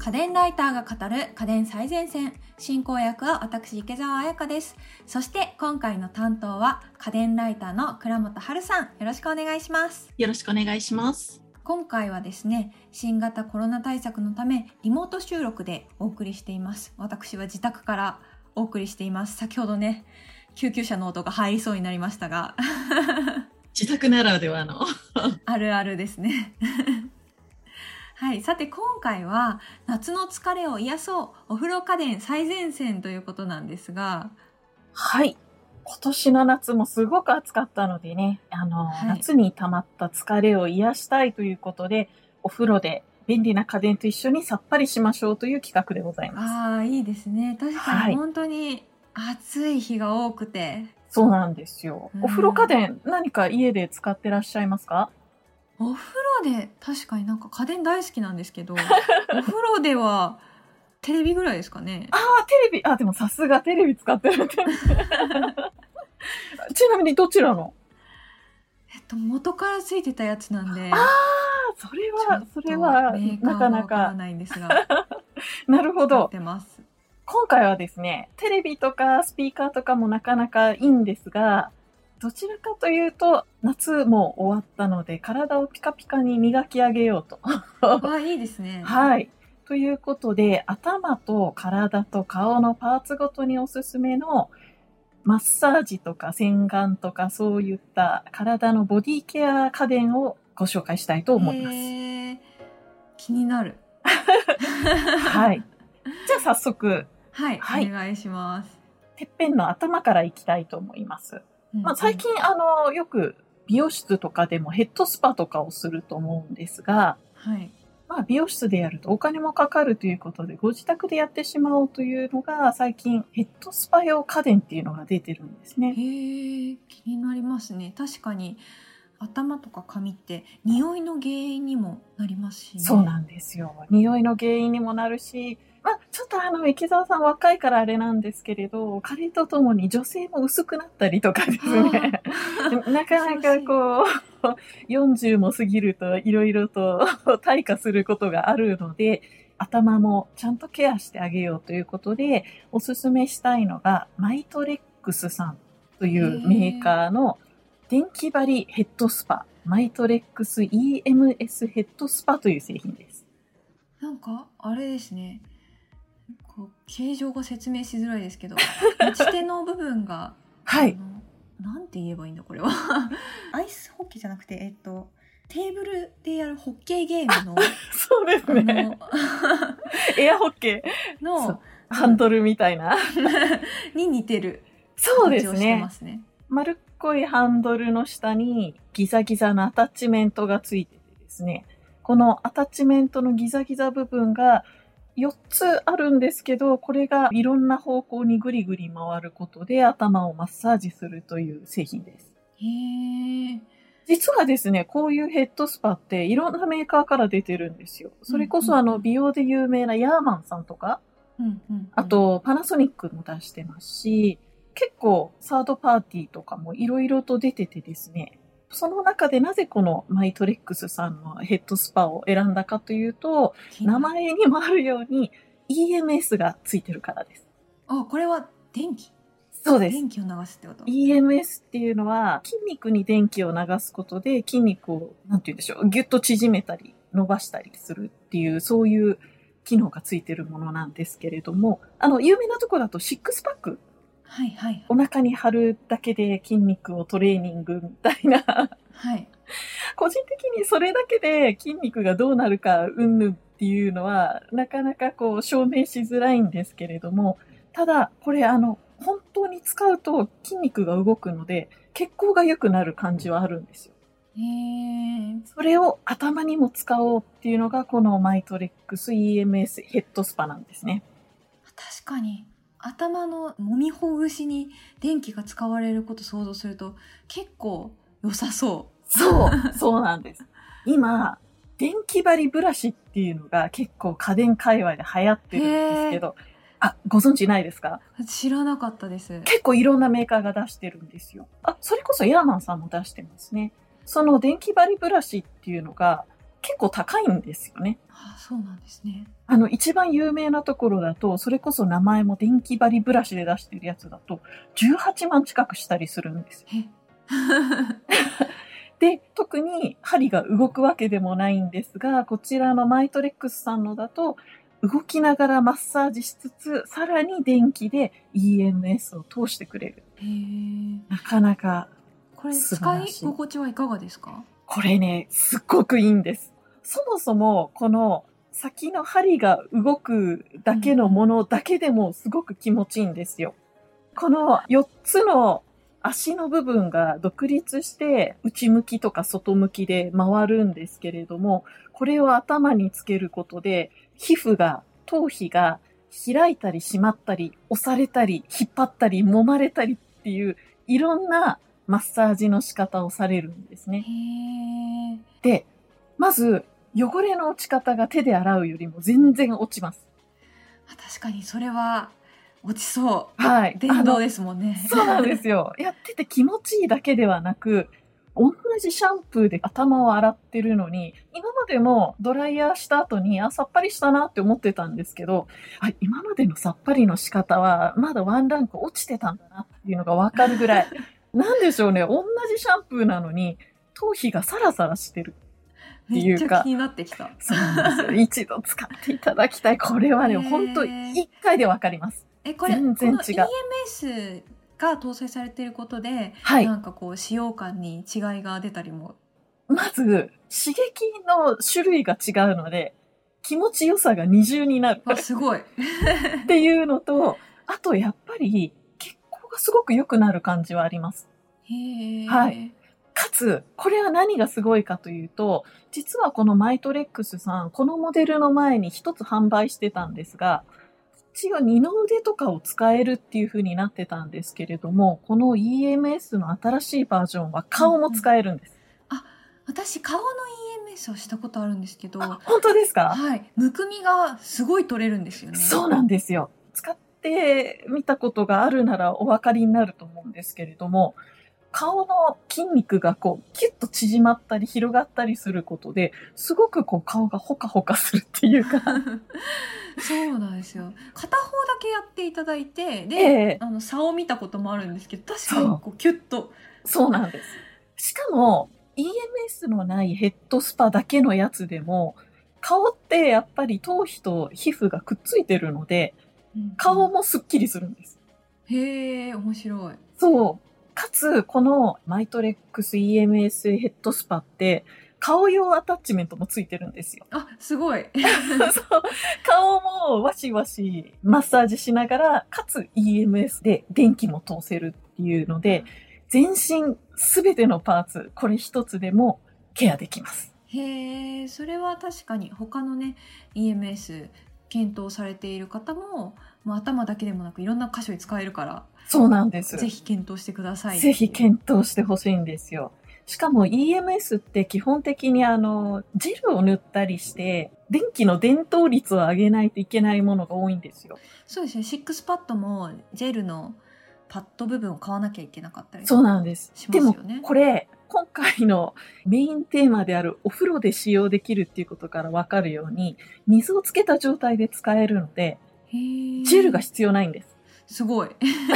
家電ライターが語る家電最前線。進行役は私池澤彩香です。そして今回の担当は家電ライターの倉本春さん。よろしくお願いします。 よろしくお願いします。 今回はですね、新型コロナ対策のためリモート収録でお送りしています。私は自宅からお送りしています。先ほどね、救急車の音が入りそうになりましたが自宅ならではのあるあるですねはい、さて今回は夏の疲れを癒そうお風呂家電最前線ということなんですが、 はい、今年の夏もすごく暑かったのでね、夏に溜まった疲れを癒したいということで、お風呂で便利な家電と一緒にさっぱりしましょうという企画でございます。 いいですね。確かに本当に暑い日が多くて、 そうなんですよ。お風呂家電何か家で使ってらっしゃいますか？ お風呂で確かになんか家電大好きなんですけどお風呂ではテレビぐらいですかね。 テレビ、でもさすがテレビ使ってるってちなみにどちらの？ 元からついてたやつなんで、 それはなかなかわからないんですがなるほど。 使ってます。 今回はですね、テレビとかスピーカーとかもなかなかいいんですが、どちらかというと夏も終わったので体をピカピカに磨き上げようといいですね。 はい。ということで、頭と体と顔のパーツごとにおすすめのマッサージとか洗顔とかそういった体のボディケア家電をご紹介したいと思います。 気になるはい。じゃあ早速、 はい、お願いします。 てっぺんの頭からいきたいと思います。最近よく美容室とかでもヘッドスパとかをすると思うんですが、美容室でやるとお金もかかるということでご自宅でやってしまおうというのが最近ヘッドスパ用家電っていうのが出てるんですね。 気になりますね。確かに頭とか髪って匂いの原因にもなりますしね。 そうなんですよ。匂いの原因にもなるし、ちょっと池澤さん若いからあれなんですけれど、加齢とともに女性も薄くなったりとかですね。なかなか40も過ぎるといろいろと退化することがあるので、頭もちゃんとケアしてあげようということで、おすすめしたいのが、マイトレックスさんというメーカーの電気針ヘッドスパ、マイトレックス EMS ヘッドスパという製品です。 なんか、あれですね。形状が説明しづらいですけど、持ち手の部分が、なんて言えばいいんだこれはアイスホッケーじゃなくて、テーブルでやるホッケーゲームのそうですねエアホッケーのハンドルみたいなに似てる形をしてますね。 丸っこいハンドルの下にギザギザのアタッチメントがついててですね、このアタッチメントのギザギザ部分が4つあるんですけど、これがいろんな方向にぐりぐり回ることで頭をマッサージするという製品です。実はですね、こういうヘッドスパっていろんなメーカーから出てるんですよ。それこそ美容で有名なヤーマンさんとか、あとパナソニックも出してますし、結構サードパーティーとかもいろいろと出ててですね、その中でなぜこのマイトレックスさんのヘッドスパを選んだかというと、名前にもあるように EMS がついてるからです。 これは電気？ そうです。 電気を流すってこと？ EMS っていうのは筋肉に電気を流すことで筋肉を、なんて言うんでしょう、ギュッと縮めたり伸ばしたりするっていう、そういう機能がついてるものなんですけれども、有名なところだとシックスパック。お腹に貼るだけで筋肉をトレーニングみたいな。個人的にそれだけで筋肉がどうなるかうんぬんっていうのは、なかなか証明しづらいんですけれども、ただ、これ本当に使うと筋肉が動くので、血行が良くなる感じはあるんですよ。それを頭にも使おうっていうのが、このマイトレックス EMS ヘッドスパなんですね。 確かに。頭の揉みほぐしに電気が使われることを想像すると結構良さそう。 そうなんです。今、電気針ブラシっていうのが結構家電界隈で流行ってるんですけど、ご存知ないですか？ 知らなかったです。 結構いろんなメーカーが出してるんですよ。それこそヤーマンさんも出してますね。その電気針ブラシっていうのが結構高いんですよね。 あ、そうなんですね。 一番有名なところだと、それこそ名前も電気針ブラシで出してるやつだと、18万近くしたりするんですよ。で、特に針が動くわけでもないんですが、こちらのマイトレックスさんのだと、動きながらマッサージしつつ、さらに電気で EMS を通してくれる。なかなかこれ素晴使いらしい。 心地はいかがですか？ これね、すっごくいいんです。そもそも、この先の針が動くだけのものだけでもすごく気持ちいいんですよ。この4つの足の部分が独立して内向きとか外向きで回るんですけれども、これを頭につけることで、皮膚が、頭皮が開いたり閉まったり、押されたり、引っ張ったり、揉まれたりっていう、いろんなマッサージの仕方をされるんですね。で、まず、汚れの落ち方が手で洗うよりも全然落ちます。 確かにそれは落ちそう。 はい。 電動ですもんね。 そうなんですよ。やってて気持ちいいだけではなく、同じシャンプーで頭を洗ってるのに、今までもドライヤーした後に、さっぱりしたなって思ってたんですけど、今までのさっぱりの仕方は、まだワンランク落ちてたんだなっていうのがわかるぐらい。なんでしょうね、同じシャンプーなのに、頭皮がサラサラしてるっていうか。 めっちゃ気になってきた。 そうなんですよ。一度使っていただきたい。これはね、本当一回でわかります。 これ、 全然違う。 この EMS が搭載されていることで、 はい、 なんかこう使用感に違いが出たりも。 まず刺激の種類が違うので気持ちよさが二重になる。 すごいっていうのと、あとやっぱり血行がすごく良くなる感じはあります。はい。かつこれは何がすごいかというと、実はこのマイトレックスさん、このモデルの前に一つ販売してたんですが、一応二の腕とかを使えるっていう風になってたんですけれども、この EMS の新しいバージョンは顔も使えるんです。 私顔の EMS をしたことあるんですけど。 本当ですか？ はい。むくみがすごい取れるんですよね。 そうなんですよ。使ってみたことがあるならお分かりになると思うんですけれども、顔の筋肉がこうキュッと縮まったり広がったりすることで、すごくこう顔がホカホカするっていうかそうなんですよ。片方だけやっていただいて、で、差を見たこともあるんですけど、確かにこうキュッと。 そうなんです。しかも EMS のないヘッドスパだけのやつでも、顔ってやっぱり頭皮と皮膚がくっついてるので、顔もスッキリするんです。 へー、面白い。 そう。かつ、このマイトレックス EMS ヘッドスパって、顔用アタッチメントもついてるんですよ。 すごい。 そう。顔もワシワシマッサージしながら、かつ EMS で電気も通せるっていうので、全身すべてのパーツ、これ一つでもケアできます。 へー、それは確かに他のね、EMS 検討されている方も、頭だけでもなくいろんな箇所に使えるから。 そうなんです。 ぜひ検討してください。 ぜひ検討してほしいんですよ。しかも EMS って基本的にジェルを塗ったりして、電気の伝導率を上げないといけないものが多いんですよ。 そうですね。6パッドもジェルのパッド部分を買わなきゃいけなかったりそうなんです。 しますよね。 でもこれ、今回のメインテーマであるお風呂で使用できるっていうことからわかるように、水をつけた状態で使えるので、ジェルが必要ないんです。 すごい。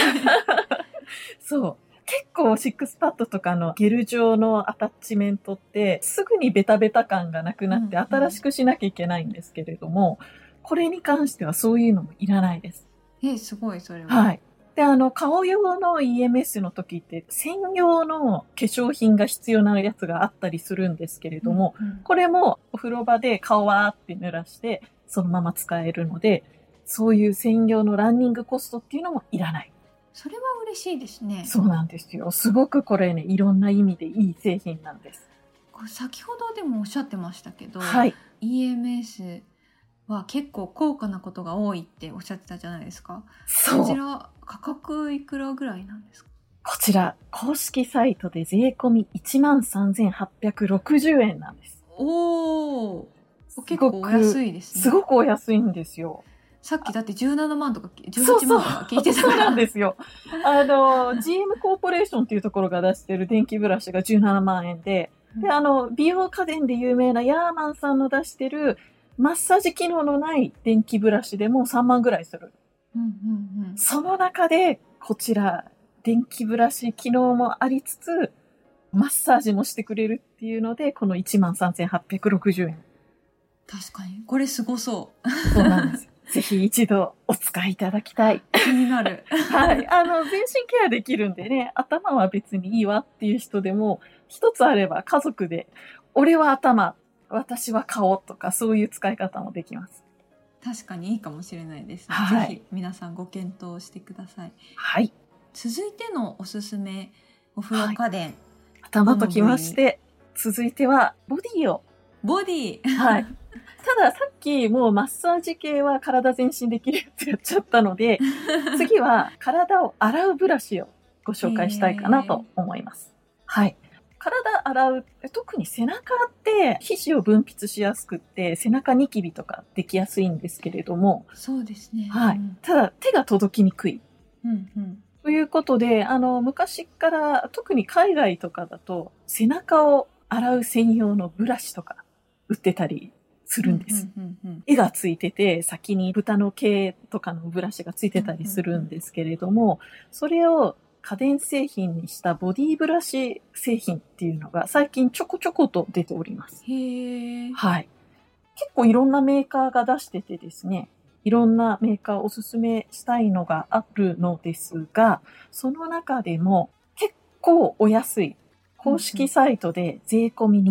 そう。結構6パッドとかのゲル状のアタッチメントってすぐにベタベタ感がなくなって新しくしなきゃいけないんですけれども、これに関してはそういうのもいらないです。 すごい、それは。 はい。で、顔用の EMS の時って専用の化粧品が必要なやつがあったりするんですけれども、これもお風呂場で顔わーって濡らしてそのまま使えるので、そういう専用のランニングコストっていうのもいらない。 それは嬉しいですね。 そうなんですよ。すごくこれね、いろんな意味でいい製品なんです。 先ほどでもおっしゃってましたけど、 はい、 EMS は結構高価なことが多いっておっしゃってたじゃないですか。 そう。 こちら価格いくらぐらいなんですか？ こちら公式サイトで税込み 13,860 円なんです。 おー、結構お安いですね。 すごくお安いんですよ。 さっきだって17万とか18万とか聞いてたから。 そうなんですよ。GM コーポレーションっていうところが出してる電気ブラシが17万円で、 で、美容家電で有名なヤーマンさんの出してるマッサージ機能のない電気ブラシでも3万ぐらいする。その中で、こちら、電気ブラシ機能もありつつ、マッサージもしてくれるっていうので、この13,860円。 確かに。これすごそう。 そうなんです。ぜひ一度お使いいただきたい。 気になる。 はい。全身ケアできるんでね、頭は別にいいわっていう人でも、一つあれば家族で、俺は頭、私は顔とかそういう使い方もできます。 確かにいいかもしれないですね。 はい、 ぜひ皆さんご検討してください。 はい。 続いてのおすすめお風呂家電。はい、 頭ときまして、続いてはボディを。 ボディはい。たださっきもうマッサージ系は体全身できるやつやっちゃったので、次は体を洗うブラシをご紹介したいかなと思います。はい。体洗う、特に背中って皮脂を分泌しやすくって、背中ニキビとかできやすいんですけれども。 そうですね。 はい。ただ手が届きにくい。ということで、昔から特に海外とかだと背中を洗う専用のブラシとか売ってたりするんです。絵がついてて、先に豚の毛とかのブラシがついてたりするんですけれども、それを家電製品にしたボディブラシ製品っていうのが最近ちょこちょこと出ております。 へー。 はい。結構いろんなメーカーが出しててですね、いろんなメーカーおすすめしたいのがあるのですが、その中でも結構お安い公式サイトで税込み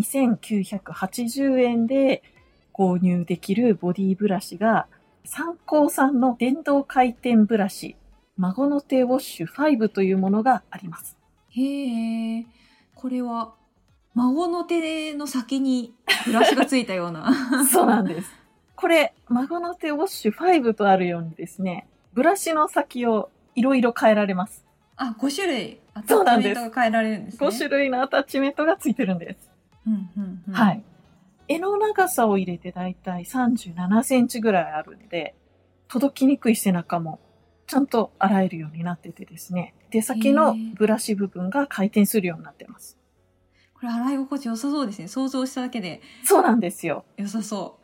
2980円で購入できるボディブラシが、サンコーさんの電動回転ブラシ、孫の手ウォッシュ5というものがあります。 へー。これは孫の手の先にブラシがついたような。 そうなんです。これ、孫の手ウォッシュ5とあるようにですね、ブラシの先をいろいろ変えられます。 あ、5種類アタッチメントが変えられるんですね。 5種類のアタッチメントがついてるんです。はい。柄の長さを入れてだいたい37センチぐらいあるんで、届きにくい背中もちゃんと洗えるようになっててですね。で、先のブラシ部分が回転するようになってます。 これ洗い心地良さそうですね。想像しただけで。 そうなんですよ。 良さそう。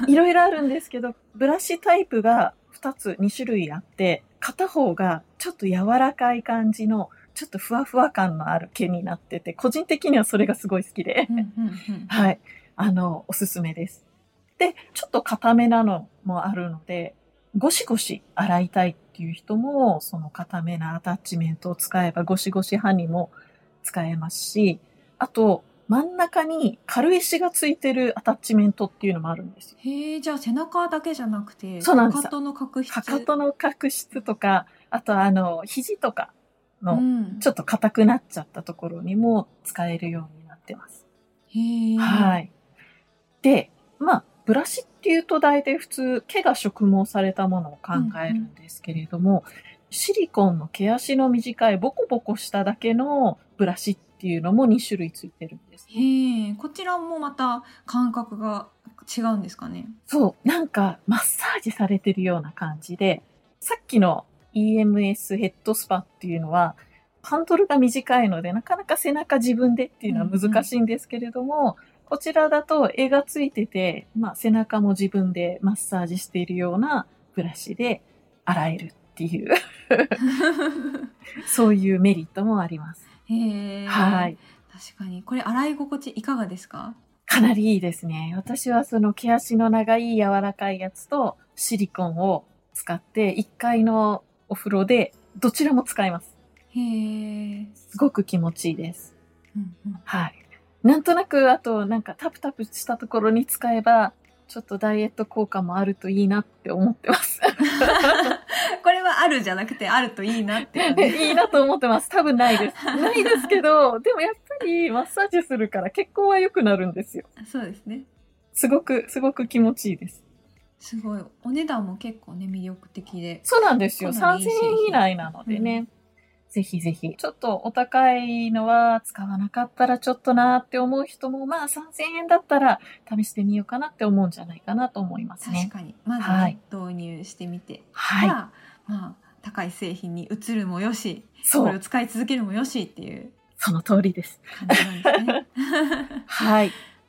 いろいろあるんですけど、ブラシタイプが2種類あって、片方がちょっと柔らかい感じの、ちょっとふわふわ感のある毛になってて、個人的にはそれがすごい好きで、はい。おすすめです。で、ちょっと硬めなのもあるので、ゴシゴシ洗いたいっていう人も、その硬めなアタッチメントを使えばゴシゴシ刃にも使えますし、あと、真ん中に軽石がついてるアタッチメントっていうのもあるんですよ。 へえ、じゃあ背中だけじゃなくて、 そうなんです。 かかとの角質。 かかとの角質とか、あと肘とかの、ちょっと硬くなっちゃったところにも使えるようになってます。 へえ。 はい。で、ブラシっていうと大体普通、毛が植毛されたものを考えるんですけれども、シリコンの毛足の短いボコボコしただけのブラシっていうのも2種類ついてるんです、ね。 へえ、こちらもまた感覚が違うんですかね。 そう、なんかマッサージされてるような感じで、さっきの EMS ヘッドスパっていうのは、ハンドルが短いので、なかなか背中自分でっていうのは難しいんですけれども、こちらだと絵がついてて、背中も自分でマッサージしているようなブラシで洗えるっていうそういうメリットもあります。 へえ。 はい。 確かに。これ洗い心地いかがですか？ かなりいいですね。私はその毛足の長い柔らかいやつとシリコンを使って1階のお風呂でどちらも使います。 へえ。 すごく気持ちいいです。はい。なんとなく、あと、タプタプしたところに使えば、ちょっとダイエット効果もあるといいなって思ってます。 これはあるじゃなくて、あるといいなって、 いいなと思ってます。多分ないです。ないですけど、でもやっぱりマッサージするから血行は良くなるんですよ。 そうですね。 すごく気持ちいいです。 すごい。お値段も結構ね、魅力的で。 そうなんですよ。3000円以内なのでね。ぜひぜひ。ちょっとお高いのは使わなかったらちょっとなって思う人も、3000円だったら試してみようかなって思うんじゃないかなと思いますね。 確かに。まずね、導入してみて。 はい。 高い製品に移るもよし、これを使い続けるもよしっていう。 その通りです。 感じなんですね。 はい。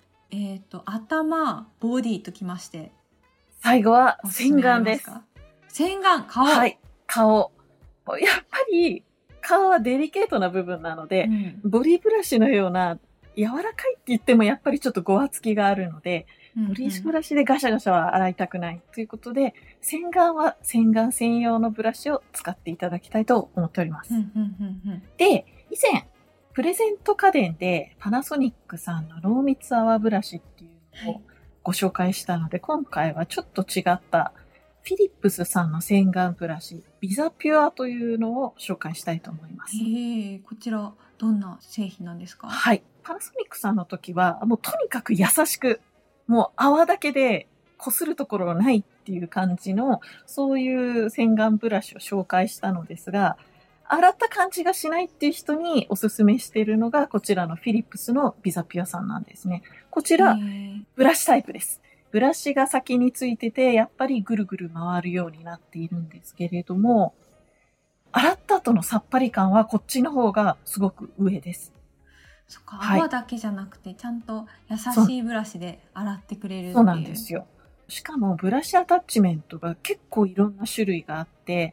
頭、ボディときまして。 最後は洗顔です。 洗顔、顔。 はい、顔。やっぱり顔はデリケートな部分なので、ボディブラシのような柔らかいって言ってもやっぱりちょっとごわつきがあるので、ボディブラシでガシャガシャは洗いたくないということで、洗顔は洗顔専用のブラシを使っていただきたいと思っております。で、以前、プレゼント家電でパナソニックさんの濃密泡ブラシっていうのをご紹介したので、今回はちょっと違ったフィリップスさんの洗顔ブラシ、ビザピュアというのを紹介したいと思います。 こちらどんな製品なんですか？ はい。パナソニックさんの時は、もうとにかく優しく、もう泡だけで擦るところがないっていう感じの、そういう洗顔ブラシを紹介したのですが、洗った感じがしないっていう人におすすめしているのが、こちらのフィリップスのビザピュアさんなんですね。こちら、ブラシタイプです。ブラシが先についてて、やっぱりぐるぐる回るようになっているんですけれども、洗った後のさっぱり感はこっちの方がすごく上です。 そっか、泡だけじゃなくて、ちゃんと優しいブラシで洗ってくれるっていう。 そうなんですよ。しかもブラシアタッチメントが結構いろんな種類があって、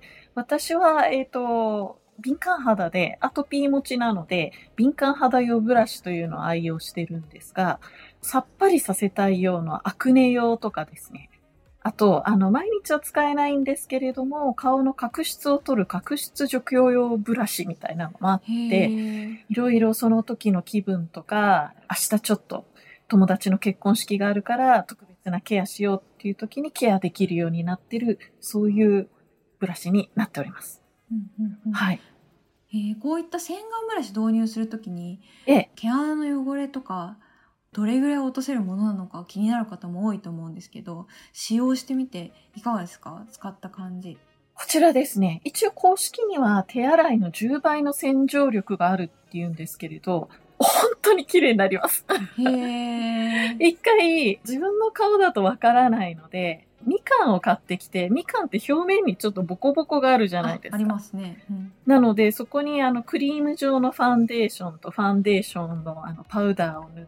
私は、敏感肌でアトピー持ちなので、敏感肌用ブラシというのを愛用してるんですが、さっぱりさせたい用のアクネ用とかですね。あと、毎日は使えないんですけれども、顔の角質を取る角質除去用ブラシみたいなのもあって、いろいろその時の気分とか、明日ちょっと友達の結婚式があるから特別なケアしようっていう時にケアできるようになってる、そういうブラシになっております。はい。 こういった洗顔ブラシ導入するときに、毛穴の汚れとか、どれぐらい落とせるものなのか気になる方も多いと思うんですけど、使用してみていかがですか？使った感じ。 こちらですね、一応公式には手洗いの10倍の洗浄力があるっていうんですけれど、本当に綺麗になります。一回自分の顔だとわからないので、みかんを買ってきて、みかんって表面にちょっとボコボコがあるじゃないですか。 ありますね。 なのでそこにクリーム状のファンデーションとファンデーションのパウダーを塗って、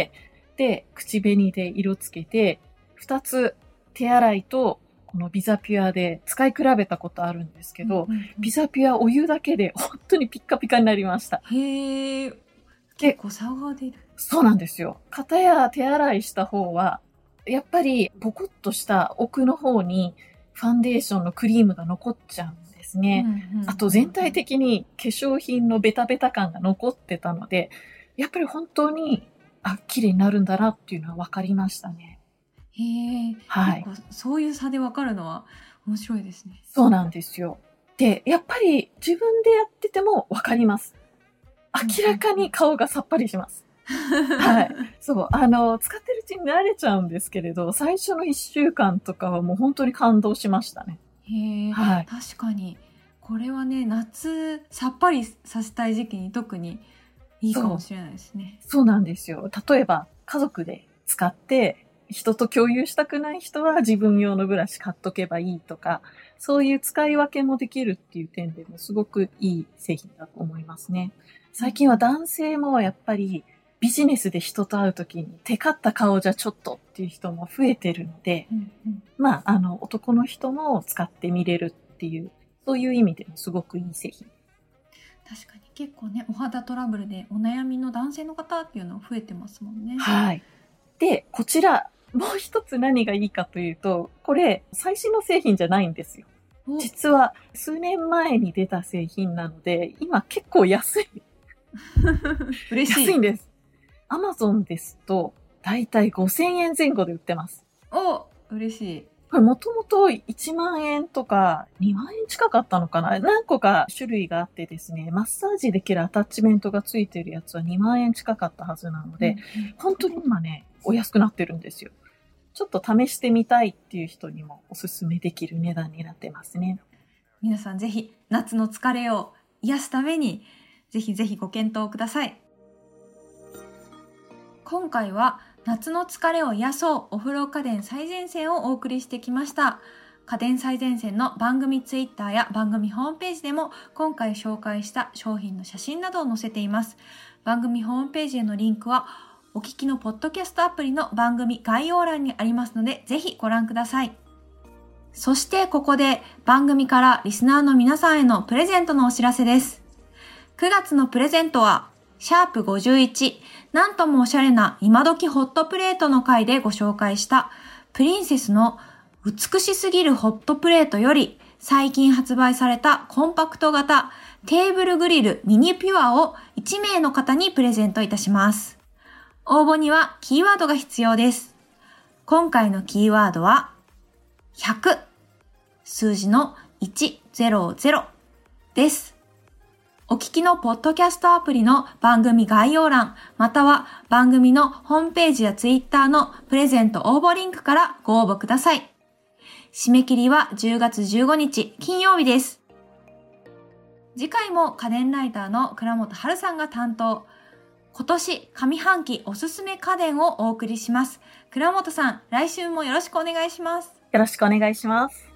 で、口紅で色つけて、2つ手洗いとこのビザピュアで使い比べたことあるんですけど、ビザピュアお湯だけで本当にピッカピカになりました。 結構差が出る。 そうなんですよ。片や手洗いした方は、やっぱりボコッとした奥の方にファンデーションのクリームが残っちゃうんですね。あと全体的に化粧品のベタベタ感が残ってたので、やっぱり本当に綺麗になるんだなっていうのは分かりましたね。 はい。そういう差で分かるのは面白いですね。 そうなんですよ。で、やっぱり自分でやってても分かります。明らかに顔がさっぱりします。はい。そう。使ってるうちに慣れちゃうんですけれど、最初の1週間とかはもう本当に感動しましたね。 はい。確かに。これはね、夏、さっぱりさせたい時期に特にいいかもしれないですね。 そうなんですよ。例えば、家族で使って、人と共有したくない人は自分用のブラシ買っとけばいいとか、そういう使い分けもできるっていう点でもすごくいい製品だと思いますね。最近は男性もやっぱりビジネスで人と会うときにテカった顔じゃちょっとっていう人も増えてるので、男の人も使ってみれるっていう、そういう意味でもすごくいい製品。 確かに結構ね、お肌トラブルでお悩みの男性の方っていうの増えてますもんね。 はい。で、こちら、もう一つ何がいいかというと、これ、最新の製品じゃないんですよ。実は、数年前に出た製品なので、今結構安い。 嬉しい。 安いんです。Amazon ですと、だいたい5000円前後で売ってます。 嬉しい。 これもともと1万円とか2万円近かったのかな。何個か種類があってですね、マッサージできるアタッチメントがついてるやつは2万円近かったはずなので、本当に今ね、お安くなってるんですよ。ちょっと試してみたいっていう人にもおすすめできる値段になってますね。 皆さんぜひ夏の疲れを癒すためにぜひぜひご検討ください。今回は夏の疲れを癒そうお風呂家電最前線をお送りしてきました。 家電最前線の番組ツイッターや番組ホームページでも今回紹介した商品の写真などを載せています。番組ホームページへのリンクはお聞きのポッドキャストアプリの番組概要欄にありますので、ぜひご覧ください。そしてここで番組からリスナーの皆さんへのプレゼントのお知らせです。9月のプレゼントは、#51、なんともおしゃれな今時ホットプレートの回でご紹介したプリンセスの美しすぎるホットプレートより最近発売されたコンパクト型テーブルグリルミニピュアを1名の方にプレゼントいたします。応募にはキーワードが必要です。今回のキーワードは100、数字の100です。お聞きのポッドキャストアプリの番組概要欄、または番組のホームページやツイッターのプレゼント応募リンクからご応募ください。締め切りは10月15日金曜日です。次回も家電ライターの倉本春さんが担当。今年上半期おすすめ家電をお送りします。倉本さん、来週もよろしくお願いします。 よろしくお願いします。